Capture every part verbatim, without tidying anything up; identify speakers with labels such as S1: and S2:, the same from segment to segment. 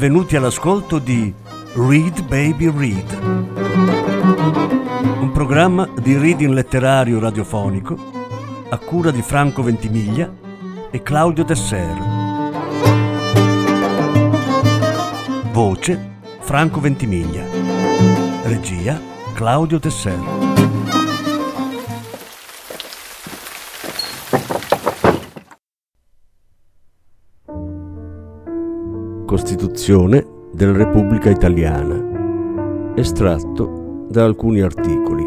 S1: benvenuti all'ascolto di Read Baby Read, un programma di reading letterario radiofonico a cura di Franco Ventimiglia e Claudio Desser. Voce Franco Ventimiglia. Regia Claudio Desser. Costituzione della Repubblica Italiana. Estratto da alcuni articoli.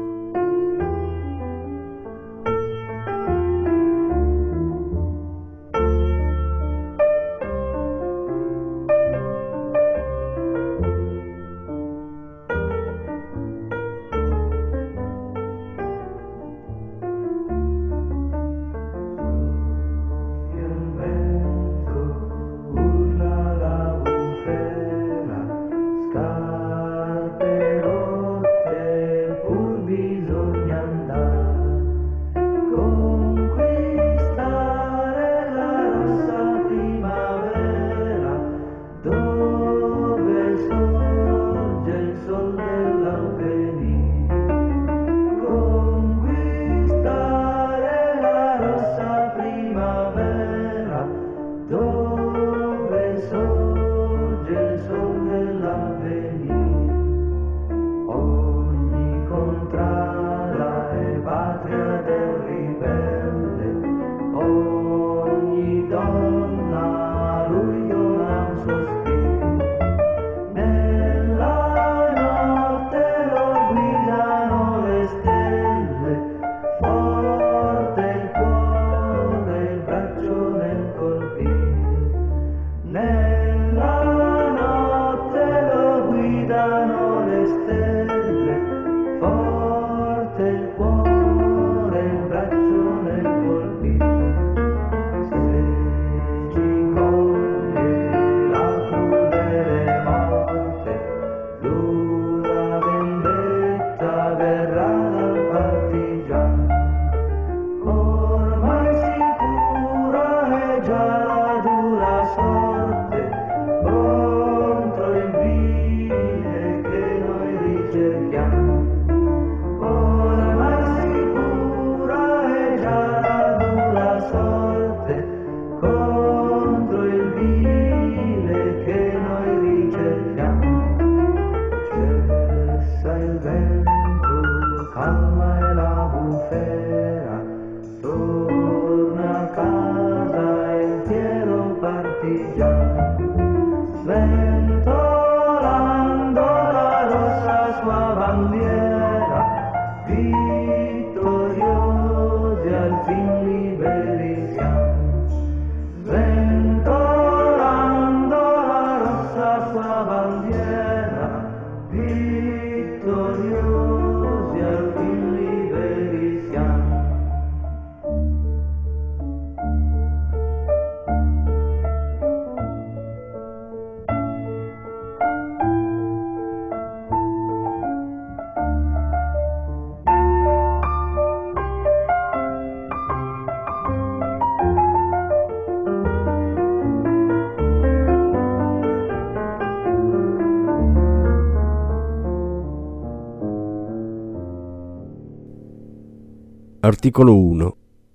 S1: Articolo uno.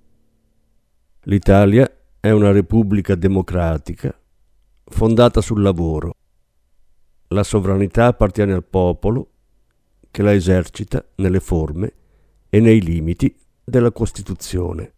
S1: L'Italia è una repubblica democratica fondata sul lavoro. La sovranità appartiene al popolo che la esercita nelle forme e nei limiti della Costituzione.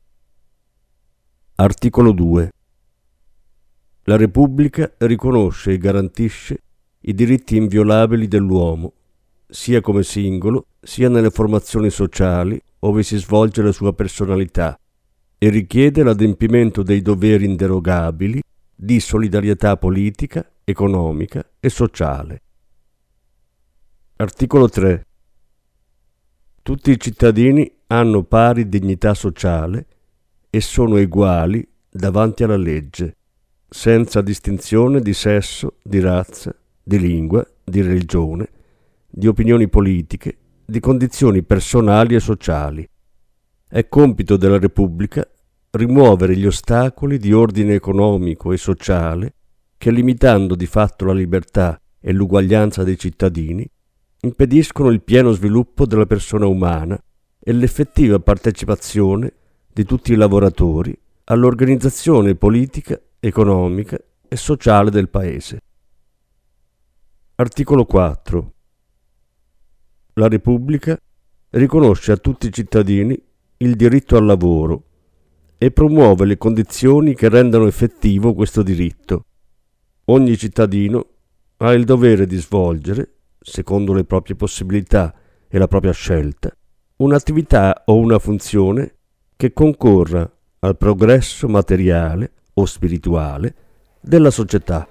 S1: Articolo due. La Repubblica riconosce e garantisce i diritti inviolabili dell'uomo, sia come singolo, sia nelle formazioni sociali ove si svolge la sua personalità, e richiede l'adempimento dei doveri inderogabili di solidarietà politica, economica e sociale. Articolo tre. Tutti i cittadini hanno pari dignità sociale e sono uguali davanti alla legge, senza distinzione di sesso, di razza, di lingua, di religione, di opinioni politiche, di condizioni personali e sociali. È compito della Repubblica rimuovere gli ostacoli di ordine economico e sociale che, limitando di fatto la libertà e l'uguaglianza dei cittadini, impediscono il pieno sviluppo della persona umana e l'effettiva partecipazione di tutti i lavoratori all'organizzazione politica, economica e sociale del Paese. Articolo quattro. La Repubblica riconosce a tutti i cittadini il diritto al lavoro e promuove le condizioni che rendano effettivo questo diritto. Ogni cittadino ha il dovere di svolgere, secondo le proprie possibilità e la propria scelta, un'attività o una funzione che concorra al progresso materiale o spirituale della società.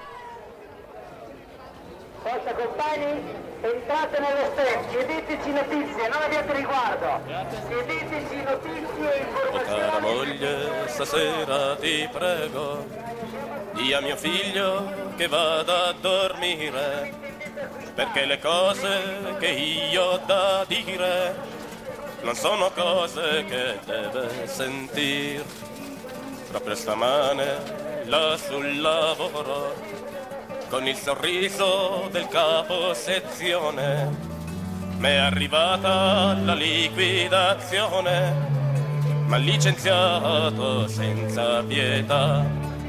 S2: Forza compagni, entrate nello stand, chiedeteci notizie, non abbiate riguardo. Chiedeteci notizie e informazioni.
S3: Oh cara moglie, stasera ti prego, di a mio figlio che vada a dormire, perché le cose che io ho da dire non sono cose che deve sentir. Proprio stamane là sul lavoro, con il sorriso del capo sezione, m'è arrivata la liquidazione, m'ha licenziato senza pietà.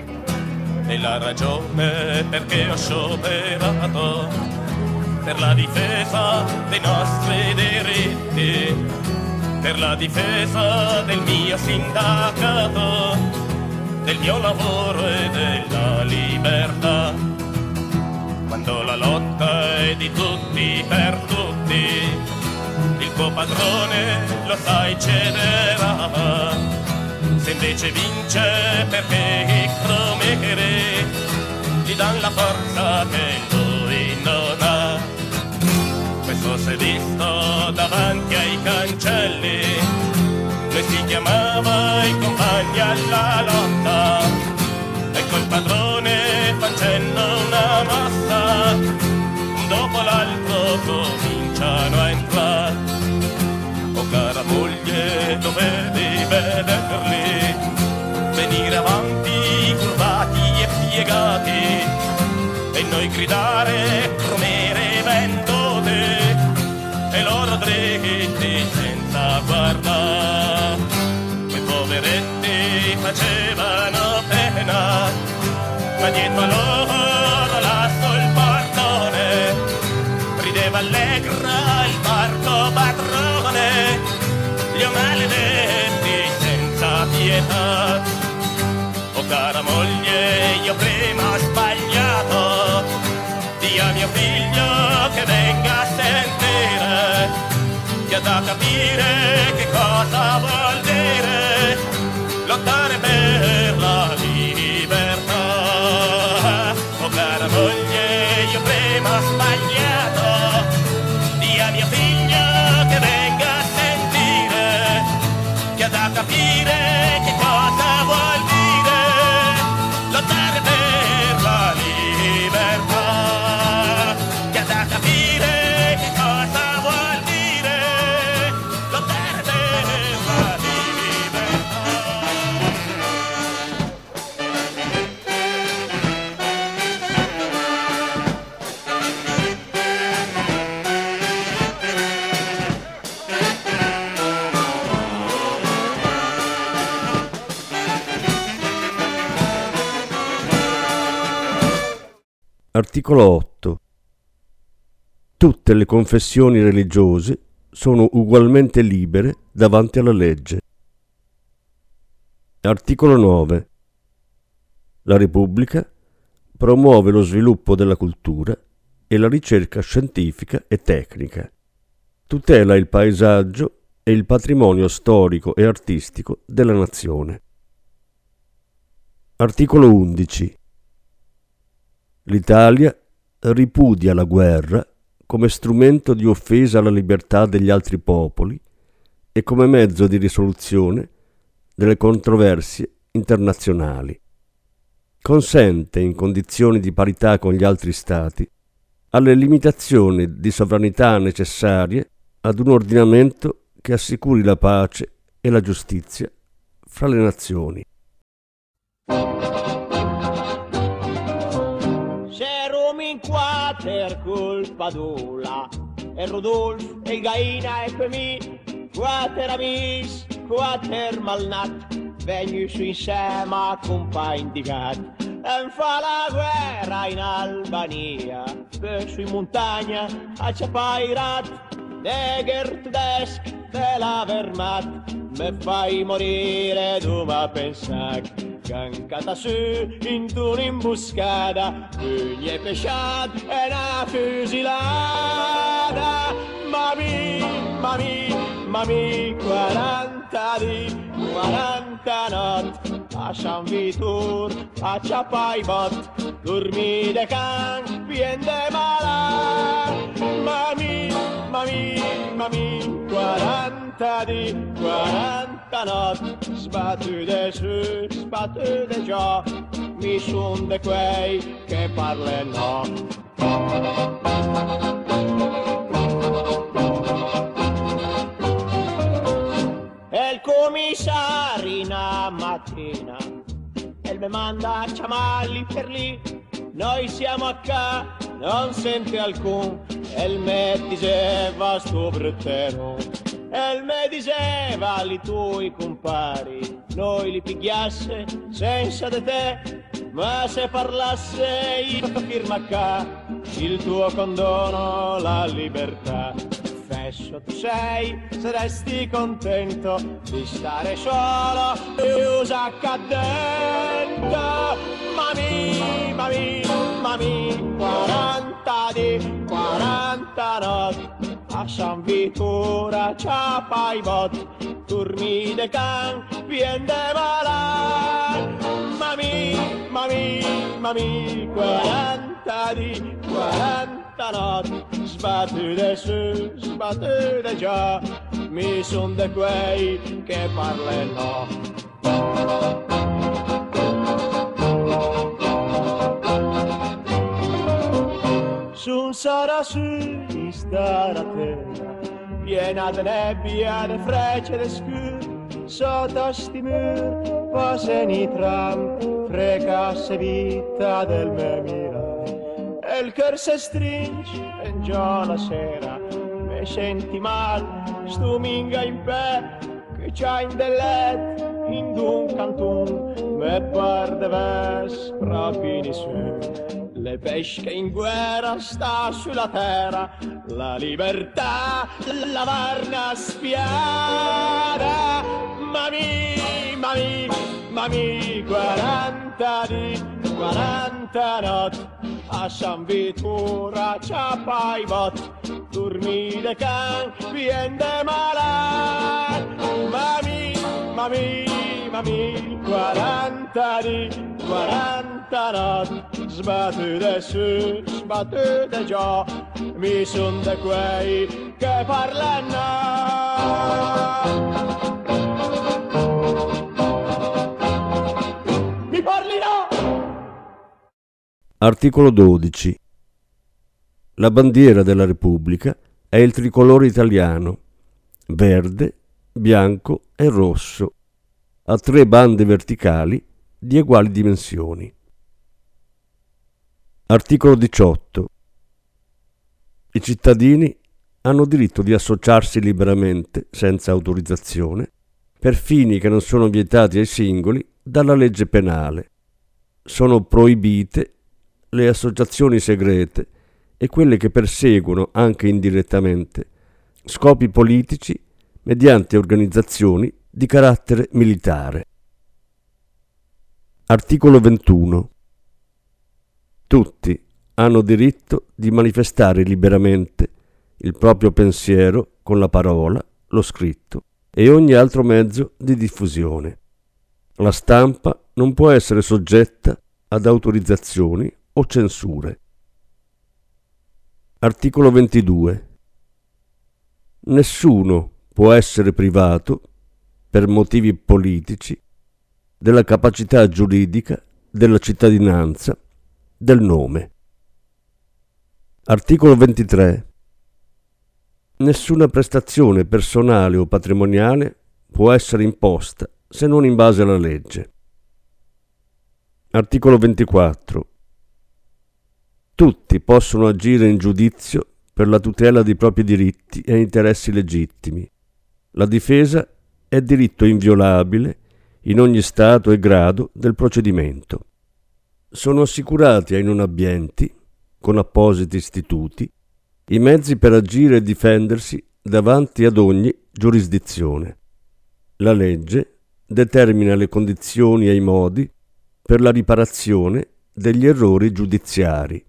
S3: E la ragione perché ho scioperato per la difesa dei nostri diritti, per la difesa del mio sindacato, del mio lavoro e della libertà. Quando la lotta è di tutti per tutti, il tuo padrone lo sai cederà. Se invece vince perché i cromeri gli dan la forza che lui non ha. Questo si è visto davanti ai cancelli, lui si chiamava i compagni alla lotta, e col padrone facendo una mossa, un dopo l'altro cominciano a entrare. Oh cara moglie, dovevi vederli venire avanti curvati e piegati, e noi gridare cromere vendute e loro dritti senza guardare. Quei poveretti facevano pena, ma dietro a loro là sul portone rideva allegra il parco padrone, li ho maledetti senza pietà. Oh cara moglie, io prima ho sbagliato, di a mio figlio che venga a sentire, ti ha da capire che cosa vuol dire lottare per la libertà. Oh cara moglie, io prima ho sbagliato, di a mio figlio che venga a sentire, ti ha da capire che cosa vuol dire lottare per la libertà. Ti ha da capire che cosa vuol dire lottare per la libertà.
S1: Articolo otto. Tutte le confessioni religiose sono ugualmente libere davanti alla legge. Articolo nove. La Repubblica promuove lo sviluppo della cultura e la ricerca scientifica e tecnica. Tutela il paesaggio e il patrimonio storico e artistico della nazione. Articolo undici. L'Italia ripudia la guerra come strumento di offesa alla libertà degli altri popoli e come mezzo di risoluzione delle controversie internazionali. Consente, in condizioni di parità con gli altri Stati, alle limitazioni di sovranità necessarie ad un ordinamento che assicuri la pace e la giustizia fra le nazioni.
S4: sul Padula, e Rudolf, e Gaina, e per me, quattro amici, quattro malnat, vengono su insieme a compagni di gat, e fa la guerra in Albania, per su in montagna, a Ciapairat, neger tedesc, della Wehrmacht, me fai morire, tu ma pensac. Cancata su in un'imboscata, pugni e pesciati e una fusilata. Mami, mami, mami, quaranta di, quaranta notti, a San Vitor, a Ciapaibot, dormi de can, vien de malat. Mami, mami, mami, quaranta di, quaranta notti, sbattude su, sbattude già, mi son de quei che parlano. E il commissario una mattina, e mi manda a chiamarli per lì, noi siamo a ca, non sente alcun, e il me diceva sto bruttero, e il me diceva li tuoi compari, noi li pigliasse senza di te, ma se parlasse io firma ca, il tuo condono, la libertà. Fesso tu sei, saresti contento di stare solo, chiusa qua dentro. Mami, mami, mami, quaranta di, quaranta notti, a San Vitura, Ciapaibot, turmi de can, vien de malat. Mami, mami, mami, quaranta di, quaranta notti, sbattude su, sbattude già, mi son de quei che parlano. Sun sarà su di stare a terra, piena de nebbia, de frecce, de scur, sotto sti mur, passen i tram, frecasse vita del me mirai. E il cor se stringe, e già la sera, me senti mal, sto minga in pe, che c'ha in del let, in d'un cantun, me par de ves, propini su. Le pesche in guerra sta sulla terra, la libertà, la varna spiada. Mami, mami, mami, quaranta di, quaranta notti, a San Vitura, Ciapaibot, dormi de can, vien de malat. Mami, mami, mami, quaranta di, quaranta notti, sbattude su, sbattude già, mi son de quei che parlano. Mi parli no!
S1: Articolo dodici. La bandiera della Repubblica è il tricolore italiano, verde, bianco e rosso, a tre bande verticali di uguali dimensioni. Articolo diciotto. I cittadini hanno diritto di associarsi liberamente, senza autorizzazione, per fini che non sono vietati ai singoli dalla legge penale. Sono proibite le associazioni segrete e quelle che perseguono, anche indirettamente, scopi politici mediante organizzazioni di carattere militare. Articolo ventuno. Tutti hanno diritto di manifestare liberamente il proprio pensiero con la parola, lo scritto e ogni altro mezzo di diffusione. La stampa non può essere soggetta ad autorizzazioni o censure. Articolo ventidue. Nessuno può essere privato, per motivi politici, della capacità giuridica, della cittadinanza, del nome. Articolo ventitré. Nessuna prestazione personale o patrimoniale può essere imposta se non in base alla legge. Articolo ventiquattro. Tutti possono agire in giudizio per la tutela dei propri diritti e interessi legittimi. La difesa è diritto inviolabile in ogni stato e grado del procedimento. Sono assicurati ai non abbienti, con appositi istituti, i mezzi per agire e difendersi davanti ad ogni giurisdizione. La legge determina le condizioni e i modi per la riparazione degli errori giudiziari.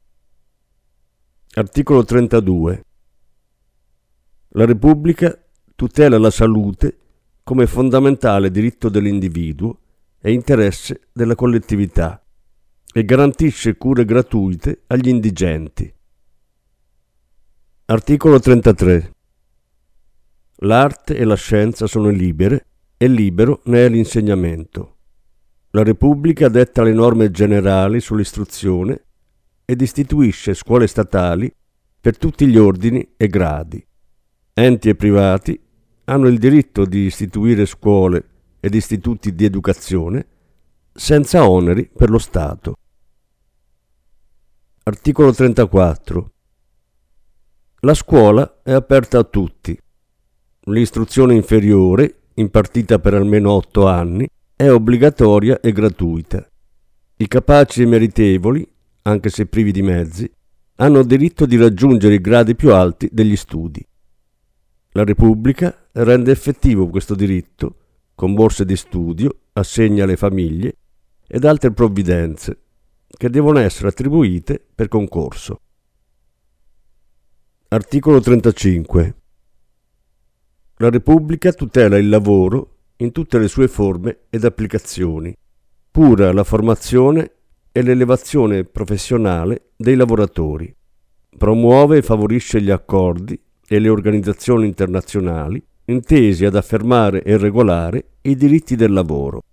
S1: Articolo trentadue. La Repubblica tutela la salute come fondamentale diritto dell'individuo e interesse della collettività e garantisce cure gratuite agli indigenti. Articolo trentatré. L'arte e la scienza sono libere e libero ne è l'insegnamento. La Repubblica detta le norme generali sull'istruzione ed istituisce scuole statali per tutti gli ordini e gradi. Enti e privati hanno il diritto di istituire scuole ed istituti di educazione senza oneri per lo Stato. Articolo trentaquattro. La scuola è aperta a tutti. L'istruzione inferiore, impartita per almeno otto anni, è obbligatoria e gratuita. I capaci e meritevoli, anche se privi di mezzi, hanno diritto di raggiungere i gradi più alti degli studi. La Repubblica rende effettivo questo diritto con borse di studio, assegni alle famiglie ed altre provvidenze che devono essere attribuite per concorso. Articolo trentacinque. La Repubblica tutela il lavoro in tutte le sue forme ed applicazioni, cura la formazione e l'elevazione professionale dei lavoratori, promuove e favorisce gli accordi e le organizzazioni internazionali intesi ad affermare e regolare i diritti del lavoro.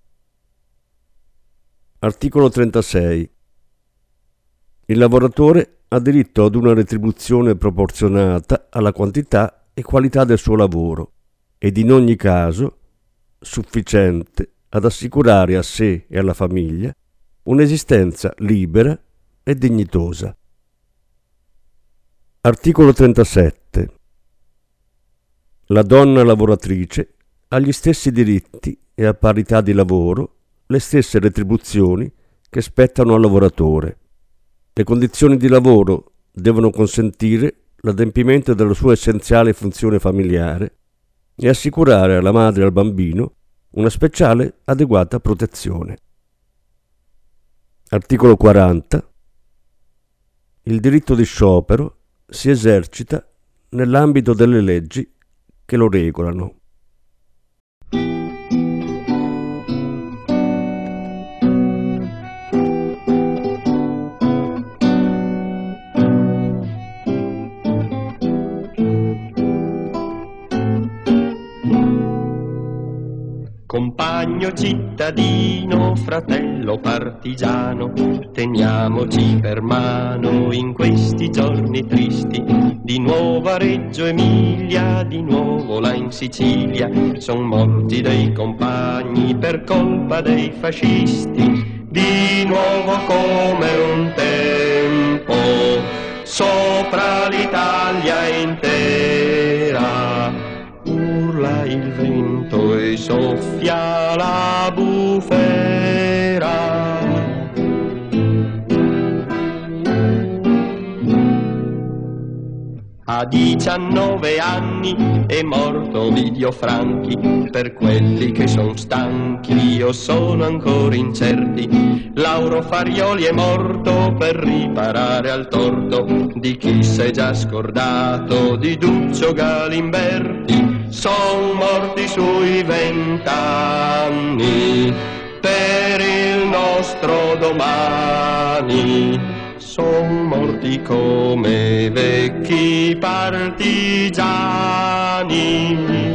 S1: Articolo trentasei. Il lavoratore ha diritto ad una retribuzione proporzionata alla quantità e qualità del suo lavoro ed in ogni caso sufficiente ad assicurare a sé e alla famiglia un'esistenza libera e dignitosa. Articolo trentasette. La donna lavoratrice ha gli stessi diritti e a parità di lavoro le stesse retribuzioni che spettano al lavoratore. Le condizioni di lavoro devono consentire l'adempimento della sua essenziale funzione familiare e assicurare alla madre e al bambino una speciale adeguata protezione. Articolo quaranta. Il diritto di sciopero si esercita nell'ambito delle leggi che lo regolano.
S5: Compagno cittadino, fratello partigiano, teniamoci per mano in questi giorni tristi. Di nuovo a Reggio Emilia, di nuovo là in Sicilia, son morti dei compagni per colpa dei fascisti. Di nuovo come un tempo, sopra l'Italia intera, urla il vento e soffia la bufera. A diciannove anni è morto Ovidio Franchi, per quelli che son stanchi o sono ancora incerti. Lauro Farioli è morto per riparare al torto di chi s'è già scordato di Duccio Galimberti. Son morti sui vent'anni per il nostro domani. Son morti come vecchi partigiani.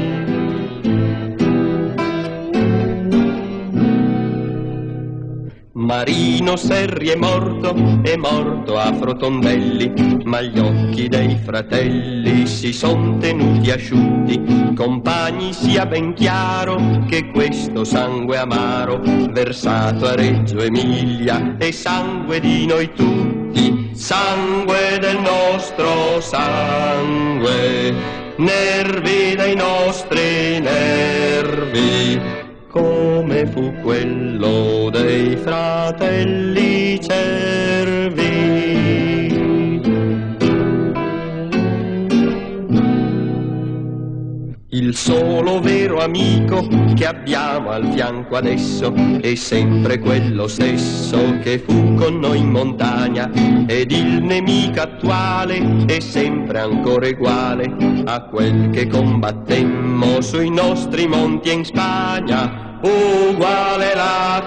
S5: Marino Serri è morto, è morto a Frotondelli, ma gli occhi dei fratelli si son tenuti asciutti. Compagni, sia ben chiaro che questo sangue amaro versato a Reggio Emilia è sangue di noi tutti. tutti, sangue del nostro sangue, nervi dei nostri nervi, come fu quello dei fratelli Cervi. Il solo vero amico che abbiamo al fianco adesso è sempre quello stesso che fu con noi in montagna, ed il nemico attuale è sempre ancora uguale a quel che combattemmo sui nostri monti in Spagna. Uguale la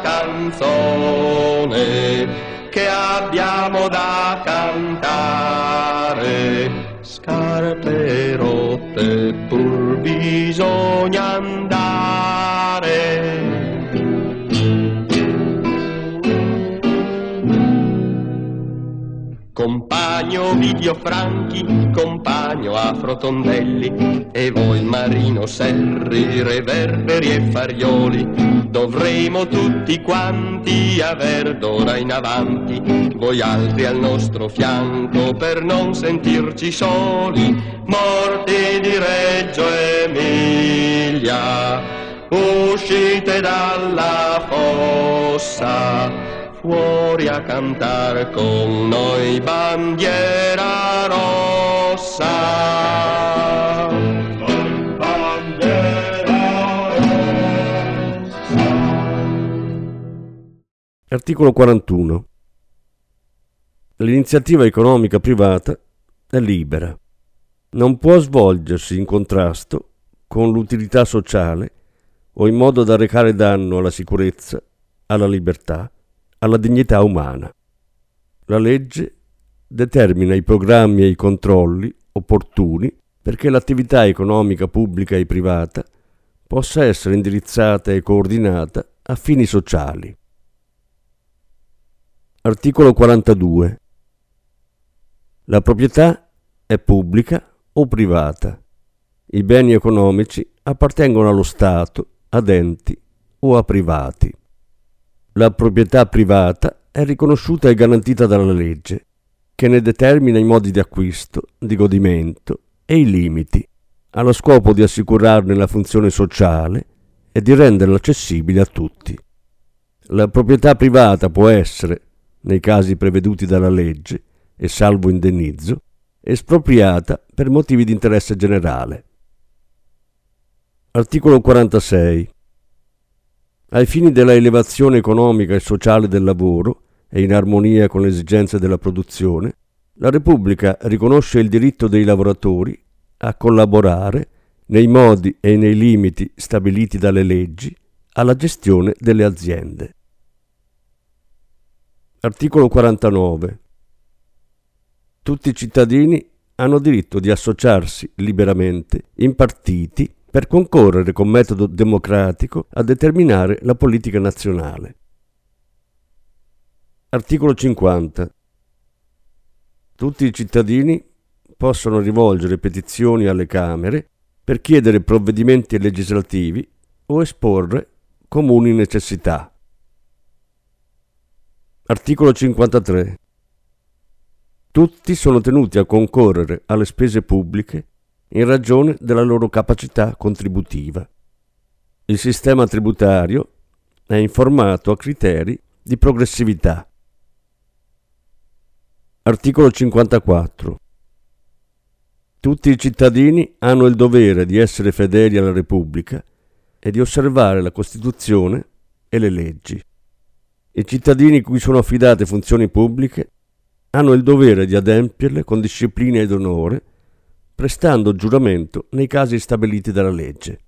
S5: canzone che abbiamo da cantare, scarpe rotte pur bisogna andare. Compagno Ovidio Franchi, compagno Afro Tondelli, e voi Marino Serri, Reverberi e Farioli, dovremo tutti quanti aver d'ora in avanti voi altri al nostro fianco per non sentirci soli. Morti di Reggio Emilia, uscite dalla fossa, fuori a cantar con noi bandiera rossa. Bandiera rossa.
S1: Articolo quarantuno. L'iniziativa economica privata è libera. Non può svolgersi in contrasto con l'utilità sociale o in modo da recare danno alla sicurezza, alla libertà, alla dignità umana. La legge determina i programmi e i controlli opportuni perché l'attività economica pubblica e privata possa essere indirizzata e coordinata a fini sociali. Articolo quarantadue. La proprietà è pubblica o privata. I beni economici appartengono allo Stato, ad enti o a privati. La proprietà privata è riconosciuta e garantita dalla legge, che ne determina i modi di acquisto, di godimento e i limiti, allo scopo di assicurarne la funzione sociale e di renderla accessibile a tutti. La proprietà privata può essere, nei casi preveduti dalla legge e salvo indennizzo, espropriata per motivi di interesse generale. Articolo quarantasei. Ai fini della elevazione economica e sociale del lavoro e in armonia con le esigenze della produzione, la Repubblica riconosce il diritto dei lavoratori a collaborare, nei modi e nei limiti stabiliti dalle leggi, alla gestione delle aziende. Articolo quarantanove. Tutti i cittadini hanno diritto di associarsi liberamente in partiti per concorrere con metodo democratico a determinare la politica nazionale. Articolo cinquanta. Tutti i cittadini possono rivolgere petizioni alle Camere per chiedere provvedimenti legislativi o esporre comuni necessità. Articolo cinquantatré. Tutti sono tenuti a concorrere alle spese pubbliche in ragione della loro capacità contributiva. Il sistema tributario è informato a criteri di progressività. Articolo cinquantaquattro. Tutti i cittadini hanno il dovere di essere fedeli alla Repubblica e di osservare la Costituzione e le leggi. I cittadini cui sono affidate funzioni pubbliche hanno il dovere di adempierle con disciplina ed onore, prestando giuramento nei casi stabiliti dalla legge.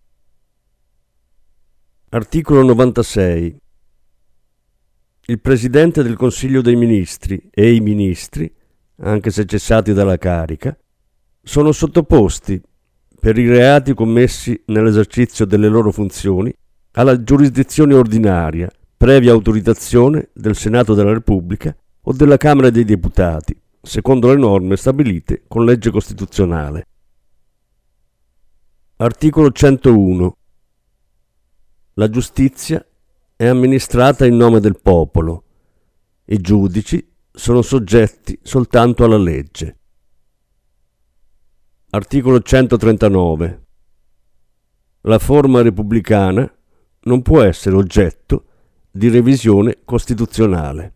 S1: Articolo novantasei. Il Presidente del Consiglio dei Ministri e i Ministri, anche se cessati dalla carica, sono sottoposti, per i reati commessi nell'esercizio delle loro funzioni, alla giurisdizione ordinaria, previa autorizzazione del Senato della Repubblica o della Camera dei Deputati, secondo le norme stabilite con legge costituzionale. Articolo centouno. La giustizia è amministrata in nome del popolo. I giudici sono soggetti soltanto alla legge. Articolo centotrentanove. La forma repubblicana non può essere oggetto di revisione costituzionale.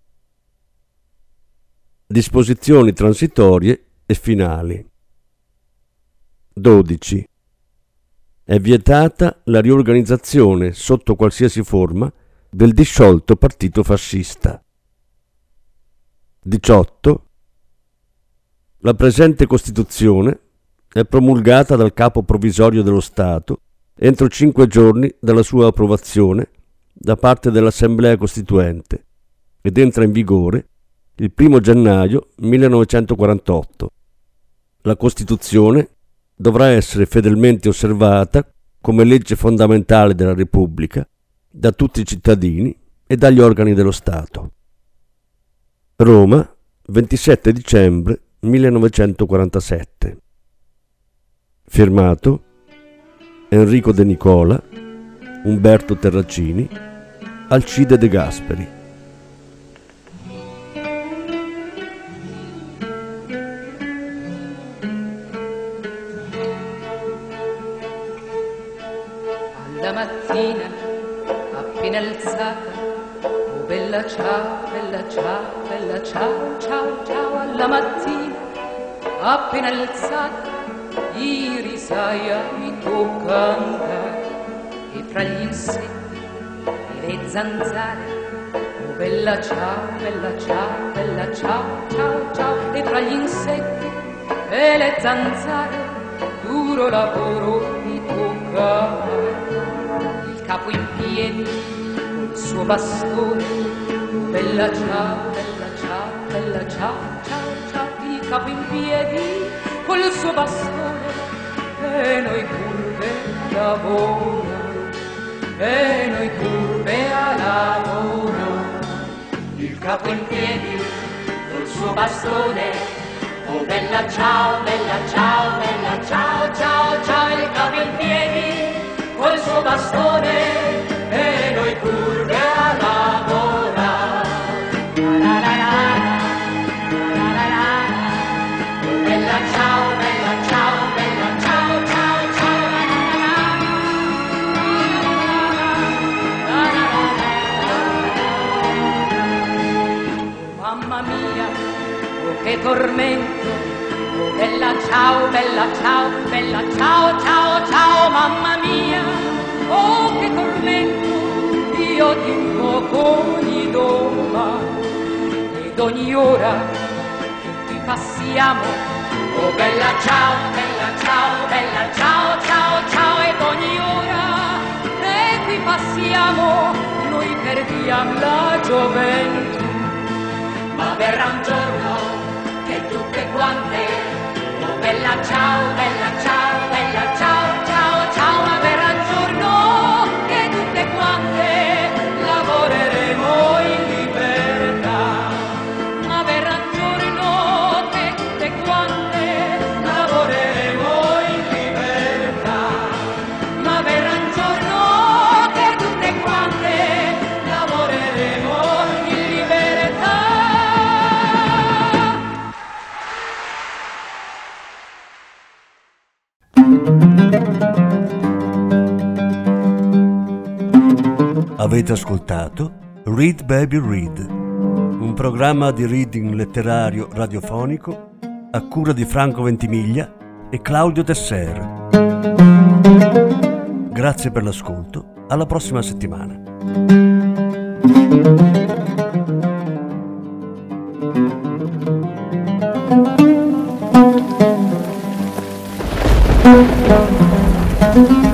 S1: Disposizioni transitorie e finali. dodici. È vietata la riorganizzazione sotto qualsiasi forma del disciolto partito fascista. diciotto. La presente Costituzione è promulgata dal Capo Provvisorio dello Stato entro cinque giorni dalla sua approvazione da parte dell'Assemblea Costituente ed entra in vigore il primo gennaio millenovecentoquarantotto. La Costituzione dovrà essere fedelmente osservata come legge fondamentale della Repubblica da tutti i cittadini e dagli organi dello Stato. Roma, ventisette dicembre millenovecentoquarantasette. Firmato Enrico De Nicola, Umberto Terracini, Alcide De Gasperi.
S6: Alla mattina, appena alzata, oh bella ciao, bella ciao, bella ciao, ciao, ciao. Alla mattina, appena alzata, ieri sai mi tocca andare e fra gli insetti e le zanzare, oh bella ciao, bella ciao, bella ciao, ciao, ciao. E fra gli insetti e le zanzare, duro lavoro mi tocca fare. Il capo in piedi col suo bastone, oh bella ciao, bella ciao, bella ciao, ciao, ciao. Il capo in piedi col suo bastone e noi curve a lavoro, e noi curve a lavoro. Il capo in piedi col suo bastone, oh bella ciao, bella ciao, bella ciao, ciao, ciao. Il capo in piedi col suo bastone e noi curve a lavoro. Bella ciao, bella ciao, bella ciao, ciao, ciao. Mamma mia, oh che tormento, oh bella ciao, bella ciao, bella ciao, ciao, ciao. Mamma mia, oh che tormento, io ti invoco ogni doma ed ogni ora che qui passiamo. Oh bella ciao, bella ciao, bella ciao, ciao, ciao. Ed ogni ora che qui passiamo noi perdiamo la gioventù. Ma verrà un giorno che tutte quante, oh bella ciao, bella ciao, bella ciao, ciao, ciao. Ma verrà un giorno che tutte quante lavoreremo in libertà. Ma verrà un giorno che tutte quante lavoreremo in libertà. Ma verrà un giorno che tutte quante lavoreremo in libertà.
S1: Avete ascoltato Read Baby Read, un programma di reading letterario radiofonico a cura di Franco Ventimiglia e Claudio Tesser. Grazie per l'ascolto, alla prossima settimana.
S7: Thank you.